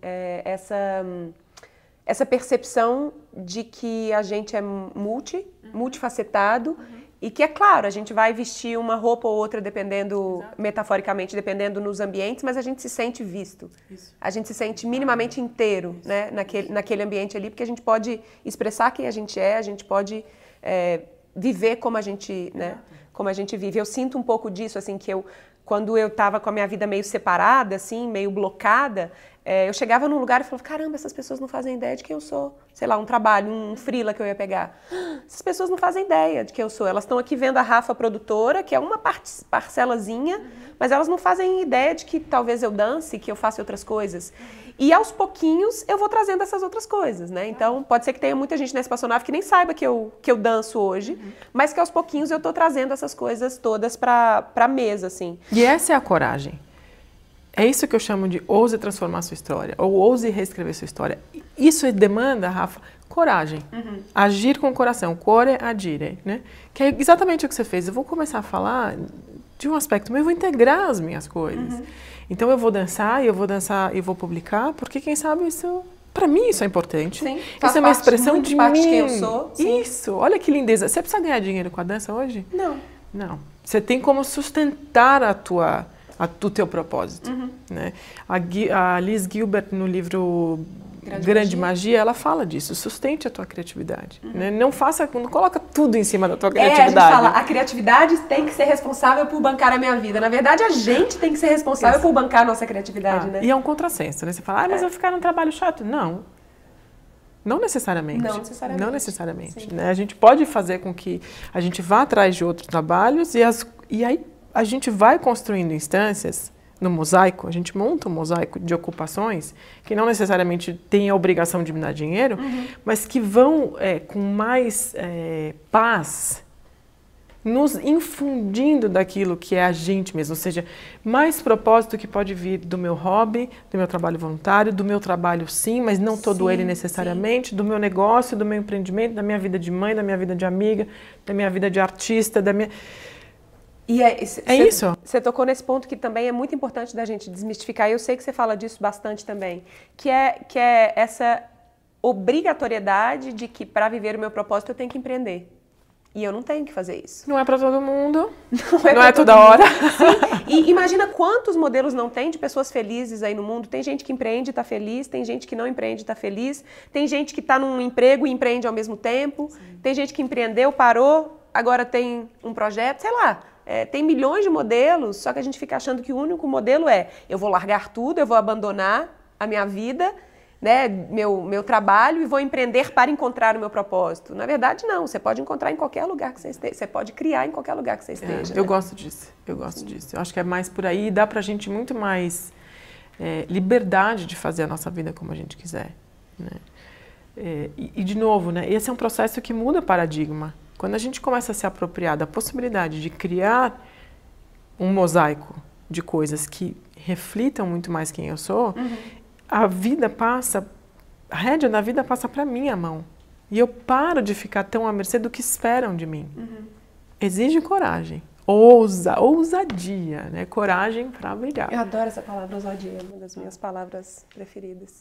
Essa percepção de que a gente é multifacetado e que, é claro, a gente vai vestir uma roupa ou outra dependendo, metaforicamente, dependendo nos ambientes, mas a gente se sente visto. Isso. A gente se sente minimamente inteiro, né, naquele ambiente ali, porque a gente pode expressar quem a gente pode viver como a gente, né, como a gente vive. Eu sinto um pouco disso, assim, que quando eu estava com a minha vida meio separada, assim, meio blocada, eu chegava num lugar e falava, caramba, essas pessoas não fazem ideia de quem eu sou. Sei lá, um trabalho, um freela que eu ia pegar. Essas pessoas não fazem ideia de quem eu sou. Elas estão aqui vendo a Rafa produtora, que é uma parcelazinha, mas elas não fazem ideia de que talvez eu dance, que eu faça outras coisas. E aos pouquinhos eu vou trazendo essas outras coisas, né? Então pode ser que tenha muita gente na espaçonave que nem saiba que eu danço hoje, mas que aos pouquinhos eu estou trazendo essas coisas todas para a mesa, assim. E essa é a coragem. É isso que eu chamo de ouse transformar sua história, ou ouse reescrever sua história. Isso demanda, Rafa, coragem. Agir com o coração, core agire, né? Que é exatamente o que você fez. Eu vou começar a falar de um aspecto, mas eu vou integrar as minhas coisas. Então eu vou dançar e vou publicar, porque quem sabe isso, para mim isso é importante. Sim, isso é uma expressão de mim. De quem eu sou. Sim. Isso, olha que lindeza. Você precisa ganhar dinheiro com a dança hoje? Não. Não. Você tem como sustentar o teu propósito. Né? A Liz Gilbert, no livro Grande Magia, ela fala disso, sustente a tua criatividade. Né? Não coloca tudo em cima da tua criatividade. A gente fala, a criatividade tem que ser responsável por bancar a minha vida. Na verdade, a gente tem que ser responsável por bancar a nossa criatividade, né? E é um contrassenso, né? Você fala, mas eu vou ficar num trabalho chato. Não. Não necessariamente. Não necessariamente. Né? A gente pode fazer com que a gente vá atrás de outros trabalhos e aí a gente vai construindo instâncias no mosaico, a gente monta um mosaico de ocupações que não necessariamente têm a obrigação de me dar dinheiro, mas que vão com mais paz, nos infundindo daquilo que é a gente mesmo, ou seja, mais propósito que pode vir do meu hobby, do meu trabalho voluntário, do meu trabalho sim, mas não todo ele necessariamente, do meu negócio, do meu empreendimento, da minha vida de mãe, da minha vida de amiga, da minha vida de artista, da minha... E isso. Você tocou nesse ponto que também é muito importante da gente desmistificar, e eu sei que você fala disso bastante também, que é essa obrigatoriedade de que para viver o meu propósito eu tenho que empreender. E eu não tenho que fazer isso. Não é para todo mundo, não é toda hora. Sim. E imagina quantos modelos não tem de pessoas felizes aí no mundo. Tem gente que empreende e está feliz, tem gente que não empreende e está feliz, tem gente que está num emprego e empreende ao mesmo tempo, tem gente que empreendeu, parou, agora tem um projeto, sei lá. Tem milhões de modelos, só que a gente fica achando que o único modelo eu vou largar tudo, eu vou abandonar a minha vida, né, meu trabalho e vou empreender para encontrar o meu propósito. Na verdade, não. Você pode encontrar em qualquer lugar que você esteja. Você pode criar em qualquer lugar que você esteja. Eu gosto disso. Eu gosto disso. Eu acho que é mais por aí e dá pra gente muito mais liberdade de fazer a nossa vida como a gente quiser. Né? E, de novo, né, esse é um processo que muda paradigma. Quando a gente começa a se apropriar da possibilidade de criar um mosaico de coisas que reflitam muito mais quem eu sou, a vida passa, a rédea da vida passa para minha mão. E eu paro de ficar tão à mercê do que esperam de mim. Exige coragem, ousadia, né? Coragem para brilhar. Eu adoro essa palavra, ousadia, é uma das minhas palavras preferidas.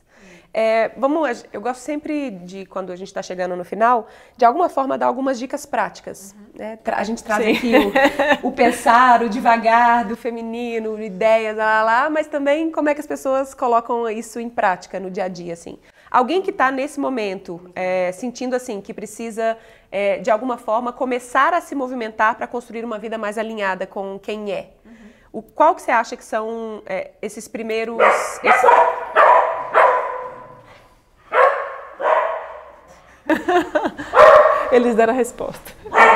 Eu gosto sempre de, quando a gente está chegando no final, de alguma forma dar algumas dicas práticas. Né? A gente traz aqui o pensar, o devagar do feminino, ideias, mas também como é que as pessoas colocam isso em prática no dia a dia, assim. Alguém que está nesse momento sentindo assim que precisa, de alguma forma, começar a se movimentar para construir uma vida mais alinhada com quem é. Qual que você acha que são esses primeiros... Eles deram a resposta.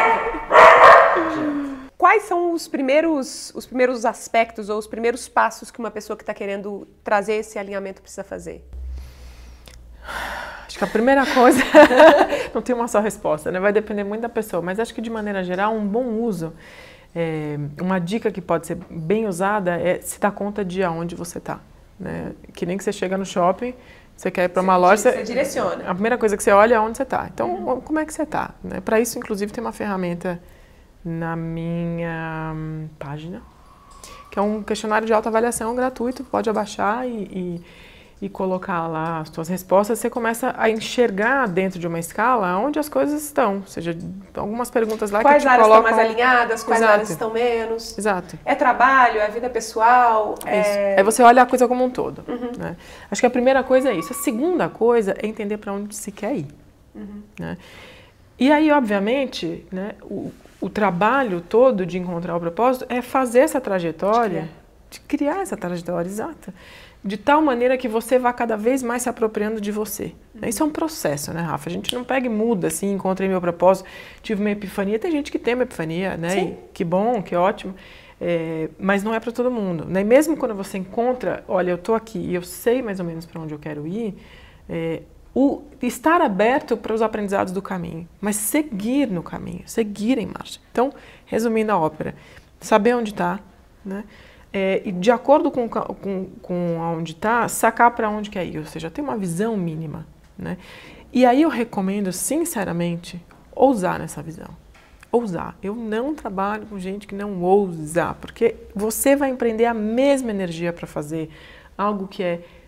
Quais são os primeiros aspectos ou os primeiros passos que uma pessoa que está querendo trazer esse alinhamento precisa fazer? Acho que a primeira coisa, não tem uma só resposta, né? Vai depender muito da pessoa, mas acho que de maneira geral um bom uso, uma dica que pode ser bem usada é se dar conta de aonde você está. Né? Que nem que você chega no shopping, você quer ir para uma loja, você direciona. A primeira coisa que você olha é onde você está. Então, como é que você está? Né? Para isso, inclusive, tem uma ferramenta na minha página, que é um questionário de autoavaliação gratuito, pode abaixar e colocar lá as suas respostas, você começa a enxergar dentro de uma escala onde as coisas estão. Ou seja, algumas perguntas lá quais que te colocam... Quais áreas estão mais alinhadas, quais áreas estão menos. Exato. É trabalho, é vida pessoal. Aí você olha a coisa como um todo. Né? Acho que a primeira coisa é isso. A segunda coisa é entender para onde se quer ir. Né? E aí, obviamente, né, o trabalho todo de encontrar o propósito é fazer essa trajetória, de criar essa trajetória, exata. De tal maneira que você vá cada vez mais se apropriando de você. Isso é um processo, né, Rafa? A gente não pega e muda, assim, encontrei meu propósito, tive uma epifania. Tem gente que tem uma epifania, né? E que bom, que ótimo. Mas não é para todo mundo. Né? E mesmo quando você encontra, olha, eu estou aqui e eu sei mais ou menos para onde eu quero ir, estar aberto para os aprendizados do caminho, mas seguir no caminho, seguir em marcha. Então, resumindo a ópera, saber onde está, né? E de acordo com onde está, sacar para onde quer ir, ou seja, ter uma visão mínima. Né? E aí eu recomendo, sinceramente, ousar nessa visão. Ousar. Eu não trabalho com gente que não ousa, porque você vai empreender a mesma energia para fazer algo que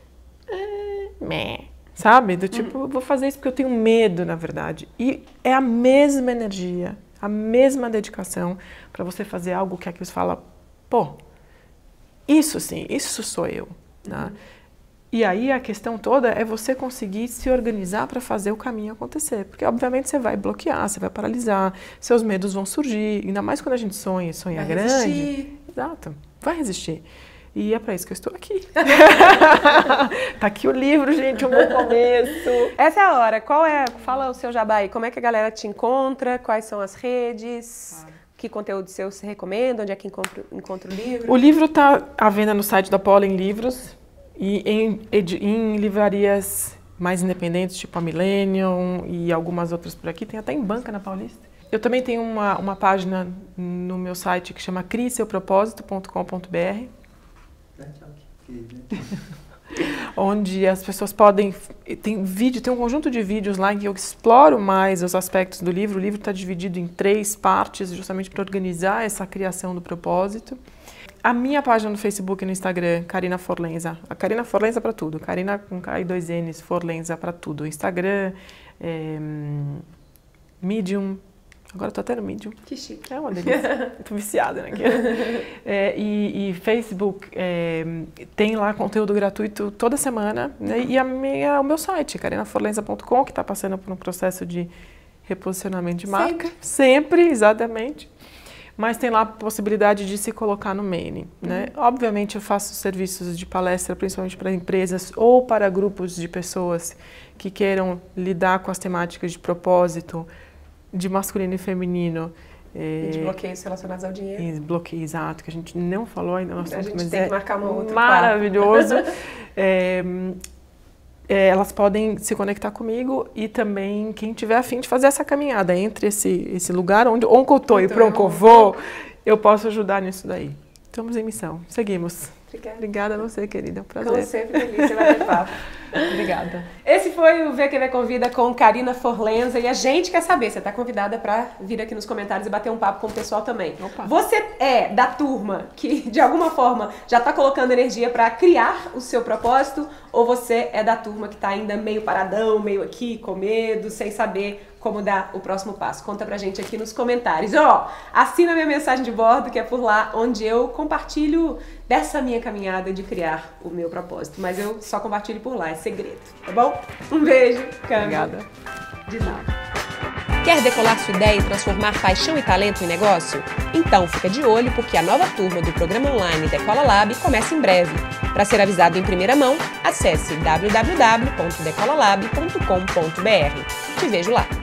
sabe? Do tipo, eu vou fazer isso porque eu tenho medo, na verdade. E é a mesma energia, a mesma dedicação para você fazer algo que aqui você fala, pô, isso sim, isso sou eu. Né? E aí a questão toda é você conseguir se organizar para fazer o caminho acontecer. Porque obviamente você vai bloquear, você vai paralisar, seus medos vão surgir, ainda mais quando a gente sonha vai grande. Resistir. Exato, vai resistir. E é para isso que eu estou aqui. Tá aqui o livro, gente, um bom começo. Essa é a hora. Fala o seu jabá aí, como é que a galera te encontra, quais são as redes... Que conteúdo seu você recomenda? Onde é que encontra o livro? O livro está à venda no site da Pollen Livros e em livrarias mais independentes, tipo a Millennium e algumas outras por aqui. Tem até em banca na Paulista. Eu também tenho uma página no meu site que chama criseupropósito.com.br, onde as pessoas podem... Tem um conjunto de vídeos lá em que eu exploro mais os aspectos do livro. O livro está dividido em 3 partes, justamente para organizar essa criação do propósito. A minha página no Facebook e no Instagram, Karina Forlenza. A Karina Forlenza para tudo. Karina com K e 2 N's, Forlenza para tudo. Instagram, Medium. Agora eu tô até no Medium. Que chique. É uma delícia. Tô viciada naquilo. E Facebook tem lá conteúdo gratuito toda semana. Né? E o meu site, karinaforlenza.com, que está passando por um processo de reposicionamento de marca. Sempre, exatamente. Mas tem lá a possibilidade de se colocar no Mene. Né? Obviamente eu faço serviços de palestra, principalmente para empresas ou para grupos de pessoas que queiram lidar com as temáticas de propósito, de masculino e feminino. E de bloqueios relacionados ao dinheiro. Bloqueio, exato, que a gente não falou ainda no assunto, a gente mas tem que marcar uma outra. Maravilhoso. Elas podem se conectar comigo e também quem tiver a fim de fazer essa caminhada entre esse lugar onde eu estou e para onde eu vou, eu posso ajudar nisso daí. Estamos em missão. Seguimos. Obrigada a você, querida. É um prazer. Como sempre, delícia bater papo. Obrigada. Esse foi o VQV Convida com Karina Forlenza e a gente quer saber, você está convidada para vir aqui nos comentários e bater um papo com o pessoal também. Opa. Você é da turma que, de alguma forma, já está colocando energia para criar o seu propósito ou você é da turma que está ainda meio paradão, meio aqui, com medo, sem saber como dar o próximo passo? Conta pra gente aqui nos comentários. Assina minha mensagem de bordo, que é por lá onde eu compartilho dessa minha caminhada de criar o meu propósito. Mas eu só compartilho por lá, é segredo, tá bom? Um beijo, Câmara. Obrigada. De nada. Quer decolar sua ideia e transformar paixão e talento em negócio? Então fica de olho porque a nova turma do programa online Decola Lab começa em breve. Para ser avisado em primeira mão, acesse www.decolalab.com.br. Te vejo lá!